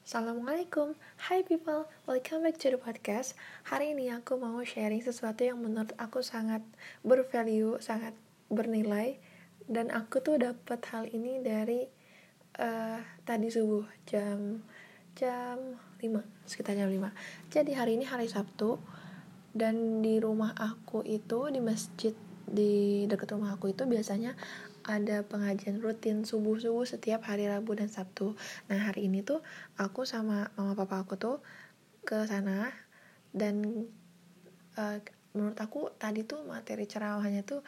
Assalamualaikum, hi people, welcome back to the podcast. Hari ini aku mau sharing sesuatu yang menurut aku sangat bervalue, sangat bernilai. Dan aku tuh dapat hal ini dari tadi subuh jam 5, sekitar jam 5. Jadi hari ini hari Sabtu, dan di rumah aku itu, di masjid di dekat rumah aku itu biasanya ada pengajian rutin subuh-subuh setiap hari Rabu dan Sabtu. Nah hari ini tuh aku sama mama papa aku tuh ke sana, dan menurut aku tadi tuh materi ceramahnya tuh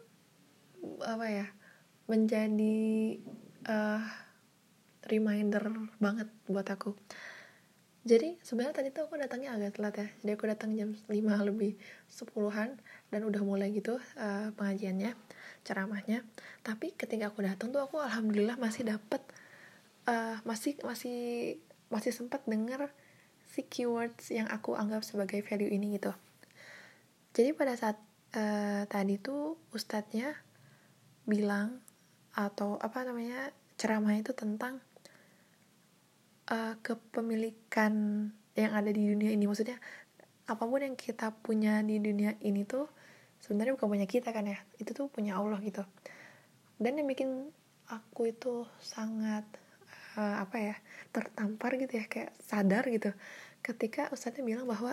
menjadi reminder banget buat aku. Jadi sebenarnya tadi tuh aku datangnya agak telat ya. Jadi aku datang jam 5 lebih 10-an dan udah mulai gitu pengajiannya, ceramahnya. Tapi ketika aku datang tuh aku alhamdulillah masih dapet masih sempat dengar si keywords yang aku anggap sebagai value ini gitu. Jadi pada saat tadi tuh ustadznya bilang atau ceramah itu tentang kepemilikan yang ada di dunia ini. Maksudnya apapun yang kita punya di dunia ini tuh sebenarnya bukan punya kita kan ya, itu tuh punya Allah gitu. Dan yang bikin aku itu sangat tertampar gitu ya, kayak sadar gitu ketika ustadznya bilang bahwa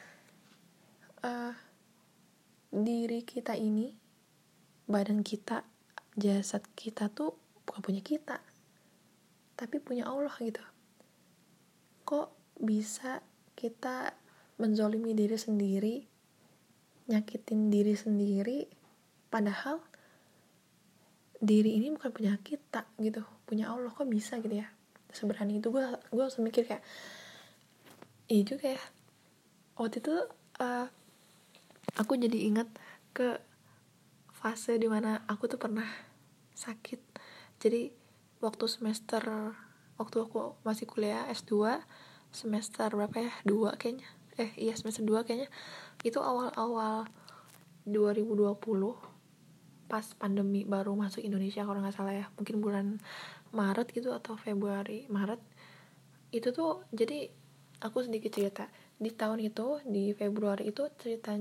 diri kita ini, badan kita, jasad kita tuh bukan punya kita, tapi punya Allah gitu. Kok bisa kita menzolimi diri sendiri, nyakitin diri sendiri, padahal diri ini bukan punya kita gitu, punya Allah. Kok bisa gitu ya, seberani itu. Gue langsung mikir kayak iya juga ya. Waktu itu aku jadi ingat ke fase dimana aku tuh pernah sakit. Jadi waktu aku masih kuliah S2 semester berapa ya, 2 kayaknya, semester 2 kayaknya, itu awal-awal 2020 pas pandemi baru masuk Indonesia kalau nggak salah ya, mungkin bulan Maret gitu atau Februari Maret itu tuh. Jadi aku sedikit cerita, di tahun itu di Februari itu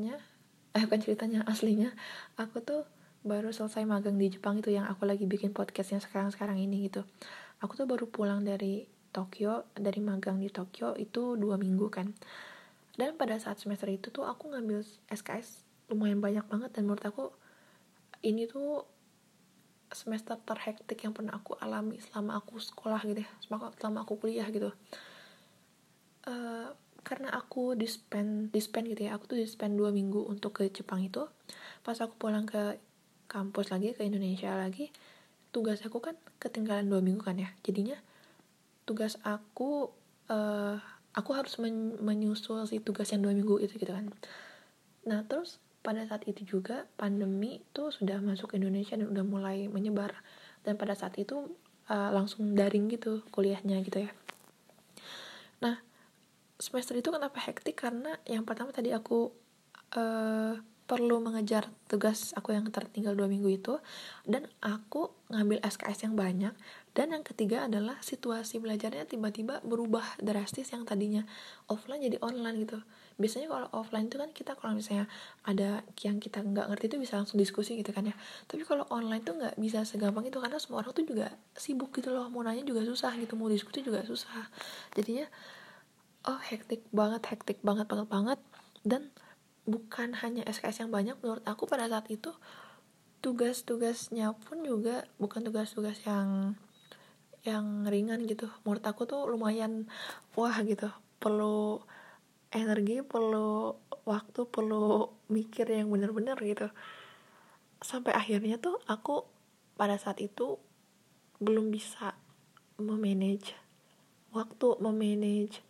aslinya aku tuh baru selesai magang di Jepang itu, yang aku lagi bikin podcastnya sekarang ini gitu. Aku tuh baru pulang dari Tokyo, dari magang di Tokyo itu 2 minggu kan. Dan pada saat semester itu tuh aku ngambil SKS lumayan banyak banget, dan menurut aku ini tuh semester terhektik yang pernah aku alami selama aku sekolah gitu ya, selama aku kuliah gitu. Karena aku dispen gitu ya, aku tuh dispen 2 minggu untuk ke Jepang itu. Pas aku pulang ke kampus lagi, ke Indonesia lagi, tugas aku kan ketinggalan 2 minggu kan ya. Jadinya tugas aku harus menyusul si tugas yang 2 minggu itu gitu kan. Nah terus pada saat itu juga pandemi tuh sudah masuk ke Indonesia dan udah mulai menyebar. Dan pada saat itu langsung daring gitu kuliahnya gitu ya. Nah semester itu kenapa hektik, karena yang pertama tadi aku perlu mengejar tugas aku yang tertinggal 2 minggu itu, dan aku ngambil SKS yang banyak. Dan yang ketiga adalah situasi belajarnya tiba-tiba berubah drastis, yang tadinya offline jadi online gitu. Biasanya kalau offline itu kan kita kalau misalnya ada yang kita nggak ngerti itu bisa langsung diskusi gitu kan ya. Tapi kalau online tuh nggak bisa segampang itu, karena semua orang tuh juga sibuk gitu loh, mau nanya juga susah gitu, mau diskusi juga susah. Jadinya hektik banget. Dan bukan hanya SKS yang banyak, menurut aku pada saat itu tugas-tugasnya pun juga bukan tugas-tugas yang ringan gitu. Menurut aku tuh lumayan gitu, perlu energi, perlu waktu, perlu mikir yang bener-bener gitu. Sampai akhirnya tuh aku pada saat itu belum bisa memanage waktu, memanage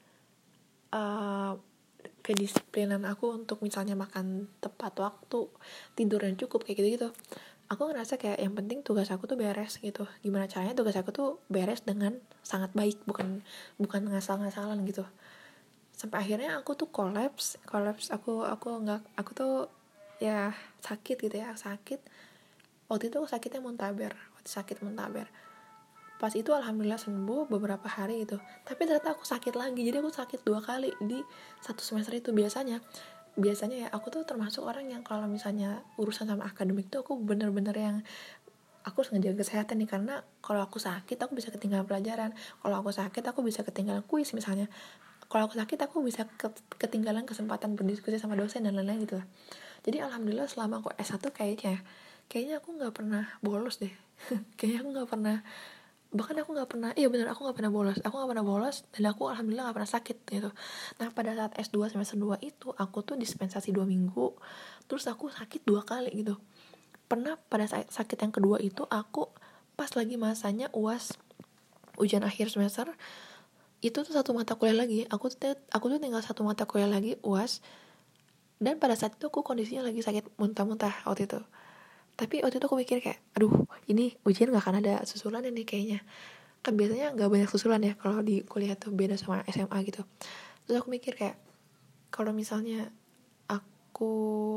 kedisiplinan aku untuk misalnya makan tepat waktu, tidur yang cukup, kayak gitu-gitu. Aku ngerasa kayak yang penting tugas aku tuh beres gitu. Gimana caranya tugas aku tuh beres dengan sangat baik, bukan ngasal-ngasalan gitu. Sampai akhirnya aku tuh kolaps. Aku tuh ya sakit gitu ya, sakit. Waktu itu aku sakitnya muntaber. Pas itu alhamdulillah sembuh beberapa hari gitu, tapi ternyata aku sakit lagi. Jadi aku sakit 2 kali di satu semester itu. Biasanya ya aku tuh termasuk orang yang kalau misalnya urusan sama akademik tuh aku bener-bener yang aku harus ngejaga kesehatan nih, karena kalau aku sakit aku bisa ketinggalan pelajaran, kalau aku sakit aku bisa ketinggalan kuis misalnya, kalau aku sakit aku bisa ketinggalan kesempatan berdiskusi sama dosen dan lain-lain gitu lah. Jadi alhamdulillah selama aku S1 kayaknya aku nggak pernah bolos deh. Kayaknya aku nggak pernah, bahkan aku nggak pernah, iya benar, aku nggak pernah bolos dan aku alhamdulillah nggak pernah sakit gitu. Nah pada saat S2 semester 2 itu aku tuh dispensasi 2 minggu, terus aku sakit 2 kali gitu. Pernah pada saat sakit yang kedua itu aku pas lagi masanya UAS, ujian akhir semester, itu tuh satu mata kuliah lagi, aku tuh tinggal satu mata kuliah lagi UAS. Dan pada saat itu aku kondisinya lagi sakit muntah-muntah waktu itu. Tapi waktu itu aku mikir kayak, aduh ini ujian gak akan ada susulan ini kayaknya. Kan biasanya gak banyak susulan ya kalau di kuliah tuh, beda sama SMA gitu. Terus aku mikir kayak, kalau misalnya aku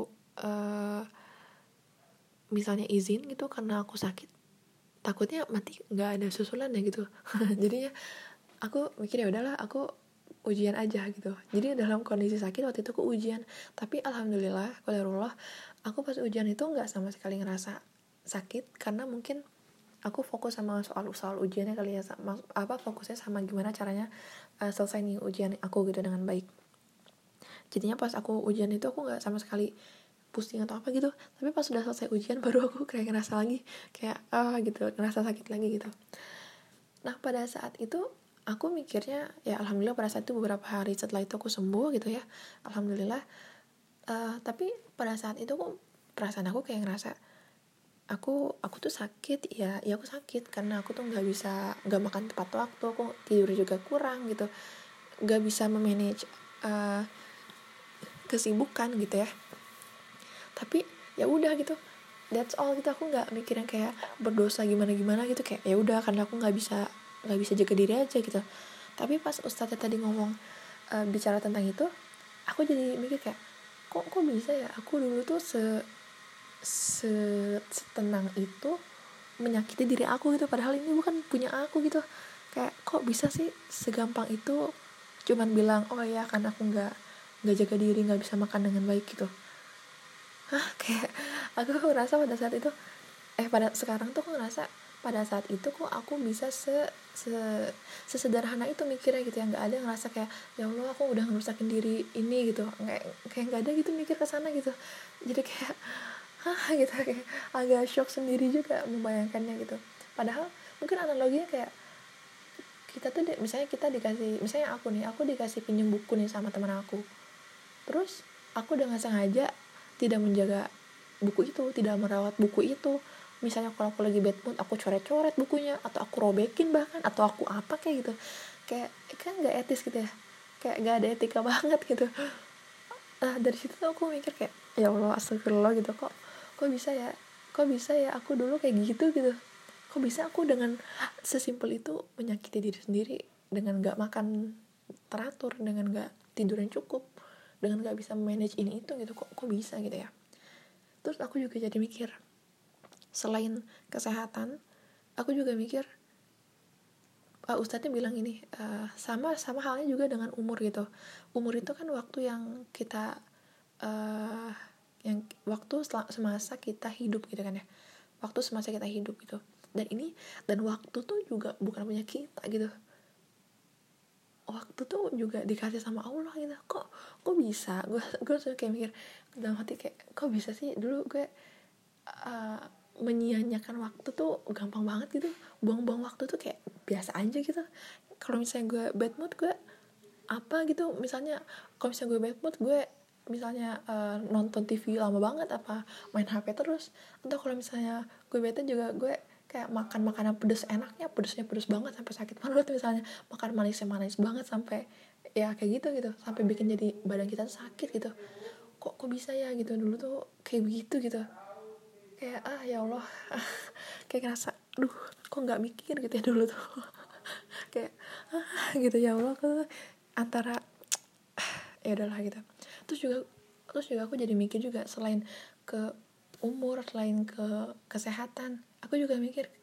misalnya izin gitu karena aku sakit, takutnya mati gak ada susulan ya gitu. Jadinya aku mikir ya udahlah aku ujian aja gitu. Jadi dalam kondisi sakit waktu itu aku ujian, tapi alhamdulillah qadarullah aku pas ujian itu nggak sama sekali ngerasa sakit, karena mungkin aku fokus sama soal ujiannya kali ya, fokusnya sama gimana caranya selesai nih ujian aku gitu dengan baik. Jadinya pas aku ujian itu aku nggak sama sekali pusing atau apa gitu, tapi pas sudah selesai ujian baru aku kayak ngerasa lagi kayak gitu, ngerasa sakit lagi gitu. Nah pada saat itu aku mikirnya ya alhamdulillah pada saat itu beberapa hari setelah itu aku sembuh gitu ya, alhamdulillah. Tapi pada saat itu perasaan aku kayak ngerasa aku tuh sakit ya aku sakit karena aku tuh nggak makan tepat waktu, aku tidur juga kurang gitu, nggak bisa memanage kesibukan gitu ya. Tapi ya udah gitu, that's all gitu. Aku nggak mikirin kayak berdosa gimana gitu, kayak ya udah karena aku nggak bisa jaga diri aja gitu. Tapi pas ustadznya tadi ngomong bicara tentang itu, aku jadi mikir kayak kok bisa ya aku dulu tuh setenang itu menyakiti diri aku gitu, padahal ini bukan punya aku gitu. Kayak kok bisa sih segampang itu cuman bilang oh ya karena aku nggak jaga diri, nggak bisa makan dengan baik gitu. Kayak aku ngerasa pada saat itu pada sekarang tuh aku ngerasa pada saat itu kok aku bisa sesederhana itu mikirnya gitu ya, nggak ada ngerasa kayak ya Allah aku udah ngerusakin diri ini gitu, kayak nggak ada gitu mikir ke sana gitu. Jadi kayak gitu, kayak agak shock sendiri juga membayangkannya gitu. Padahal mungkin analoginya kayak kita tuh misalnya aku dikasih pinjem buku nih sama teman aku, terus aku dengan sengaja tidak menjaga buku itu, tidak merawat buku itu. Misalnya kalau aku lagi bad mood, aku coret-coret bukunya, atau aku robekin bahkan, atau aku apa kayak gitu. Kayak kan gak etis gitu ya, kayak gak ada etika banget gitu. Nah dari situ tuh aku mikir kayak ya Allah astagfirullah gitu, kok bisa ya aku dulu kayak gitu. Kok bisa aku dengan sesimpel itu menyakiti diri sendiri, dengan gak makan teratur, dengan gak tidur yang cukup, dengan gak bisa manage ini itu gitu. Kok bisa gitu ya. Terus aku juga jadi mikir, selain kesehatan, aku juga mikir ustadznya bilang ini sama halnya juga dengan umur gitu. Umur itu kan waktu yang kita waktu semasa kita hidup gitu kan ya, waktu semasa kita hidup gitu. Dan waktu tuh juga bukan punya kita gitu, waktu tuh juga dikasih sama Allah gitu. Kok bisa, gue kayak mikir dalam hati kayak kok bisa sih dulu gue menyia-nyiakan waktu tuh gampang banget gitu, buang-buang waktu tuh kayak biasa aja gitu. Kalau misalnya gue bad mood, gue apa gitu, misalnya kalau misalnya gue bad mood, gue misalnya nonton TV lama banget, apa main HP terus. Atau kalau misalnya gue bete juga, gue kayak makan makanan pedes, enaknya pedesnya pedes banget sampai sakit perut, misalnya makan manisnya manis banget sampai ya kayak gitu sampai bikin jadi badan kita sakit gitu. Kok bisa ya gitu dulu tuh kayak begitu gitu. Kayak ya Allah kayak ngerasa kok nggak mikir gitu ya dulu tuh. Kayak gitu ya Allah, ke antara ya udahlah gitu. Terus juga aku jadi mikir juga, selain ke umur, selain ke kesehatan, aku juga mikir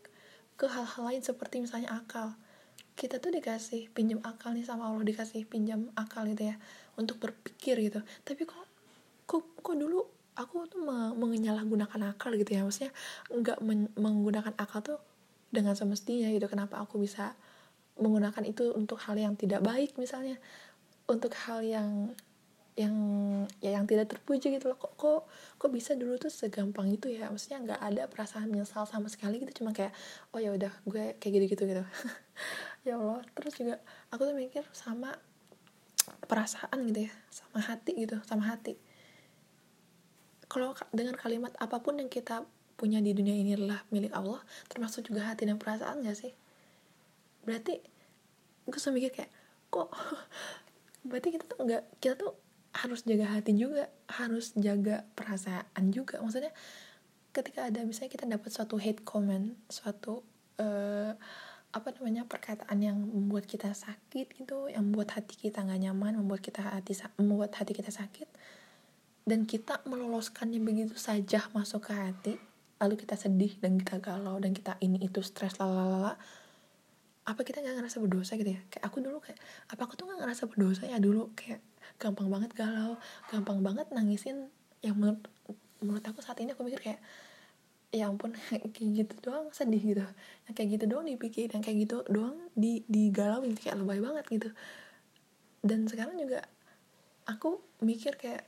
ke hal-hal lain seperti misalnya akal. Kita tuh dikasih pinjam akal nih sama Allah, dikasih pinjam akal gitu ya untuk berpikir gitu. Tapi kok dulu aku tuh menyalahgunakan akal gitu ya, maksudnya nggak menggunakan akal tuh dengan semestinya gitu. Kenapa aku bisa menggunakan itu untuk hal yang tidak baik, misalnya untuk hal yang tidak terpuji gitu loh. Kok bisa dulu tuh segampang itu ya, maksudnya nggak ada perasaan menyesal sama sekali gitu, cuma kayak oh ya udah gue kayak gitu ya Allah. Terus juga aku tuh mikir sama perasaan gitu ya, sama hati. Kalau dengan kalimat apapun yang kita punya di dunia ini adalah milik Allah, termasuk juga hati dan perasaan gak sih? Berarti gue selalu mikir kayak kok berarti kita tuh harus jaga hati juga, harus jaga perasaan juga. Maksudnya ketika ada misalnya kita dapat suatu hate comment, suatu perkataan yang membuat kita sakit gitu, yang membuat hati kita nggak nyaman, membuat hati kita sakit, dan kita meloloskannya begitu saja masuk ke hati, lalu kita sedih dan kita galau dan kita ini itu stres lalala. Apa kita nggak ngerasa berdosa gitu ya? Kayak aku dulu kayak apa aku tuh nggak ngerasa berdosa ya dulu, kayak gampang banget galau, gampang banget nangisin. Yang menurut aku saat ini aku mikir kayak ya ampun, kayak gitu doang sedih gitu, yang kayak gitu doang dipikir, yang kayak gitu doang digalauin, kayak lebay banget gitu. Dan sekarang juga aku mikir kayak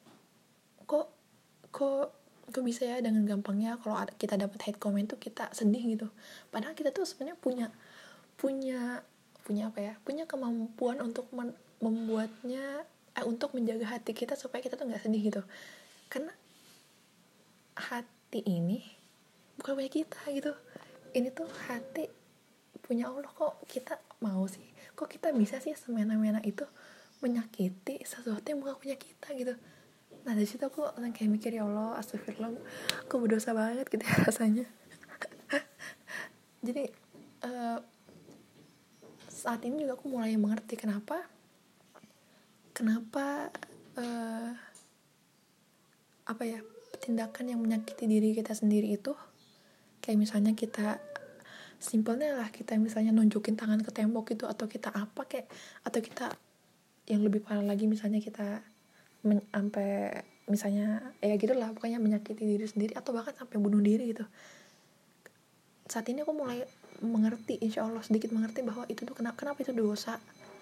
kok bisa ya dengan gampangnya kalau kita dapat hate comment tuh kita sedih gitu. Padahal kita tuh sebenarnya punya kemampuan untuk membuatnya untuk menjaga hati kita supaya kita tuh nggak sedih gitu. Karena hati ini bukan punya kita gitu, ini tuh hati punya Allah. Kok kita mau sih, kok kita bisa sih semena-mena itu menyakiti sesuatu yang bukan punya kita gitu. Nah dari situ aku kayak mikir, ya Allah, astagfirullah, aku berdosa banget gitu ya rasanya. Jadi saat ini juga aku mulai mengerti kenapa tindakan yang menyakiti diri kita sendiri itu, kayak misalnya kita simpelnya lah, kita misalnya nunjukin tangan ke tembok gitu, atau kita atau kita yang lebih parah lagi misalnya kita sampai misalnya ya gitulah, pokoknya menyakiti diri sendiri atau bahkan sampai bunuh diri gitu. Saat ini aku mulai mengerti, insya Allah sedikit mengerti bahwa itu tuh kenapa itu dosa.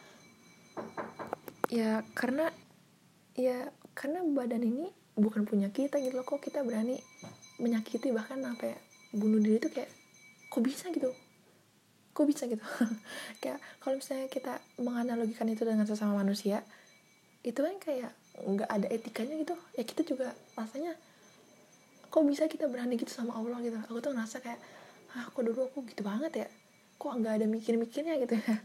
Ya karena badan ini bukan punya kita gitu loh. Kok kita berani menyakiti, bahkan sampai bunuh diri itu kayak kok bisa gitu kayak kalau misalnya kita menganalogikan itu dengan sesama manusia, itu kan kayak nggak ada etikanya gitu ya. Kita juga rasanya kok bisa kita berani gitu sama Allah gitu. Aku tuh ngerasa kayak kok dulu aku gitu banget ya, kok nggak ada mikir-mikirnya gitu ya.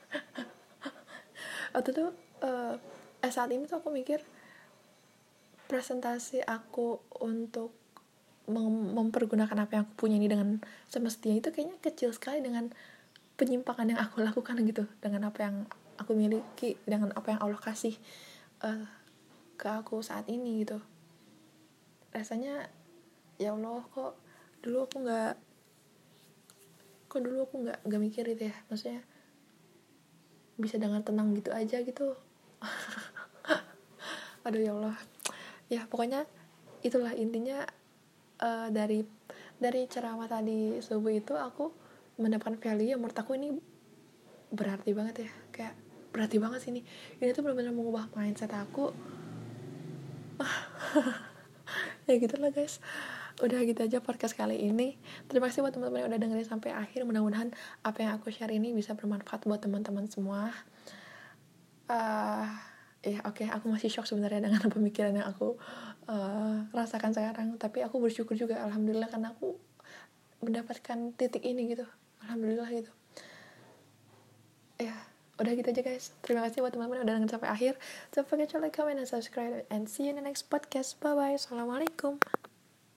Atau tuh saat ini tuh aku mikir presentasi aku untuk mempergunakan apa yang aku punya ini dengan semestinya itu kayaknya kecil sekali dengan penyimpangan yang aku lakukan gitu, dengan apa yang aku miliki, dengan apa yang Allah kasih ke aku saat ini gitu. Rasanya ya Allah, kok dulu aku nggak mikir gitu ya, maksudnya bisa dengan tenang gitu aja gitu. Aduh ya Allah ya, pokoknya itulah intinya. Dari ceramah tadi subuh itu aku mendapatkan value yang menurut aku ini berarti banget ya, kayak berarti banget sih ini tuh benar-benar mengubah mindset aku. Ya gitulah guys, udah gitu aja podcast kali ini. Terima kasih buat teman-teman yang udah dengerin sampai akhir. Mudah-mudahan apa yang aku share ini bisa bermanfaat buat teman-teman semua. Ya oke, aku masih shock sebenarnya dengan pemikiran yang aku rasakan sekarang, tapi aku bersyukur juga, alhamdulillah, karena aku mendapatkan titik ini gitu, alhamdulillah gitu ya. Udah gitu aja guys, terima kasih buat teman-teman yang udah dengerin sampai akhir. Don't forget to like, comment, and subscribe, and see you in the next podcast. Bye bye, assalamualaikum.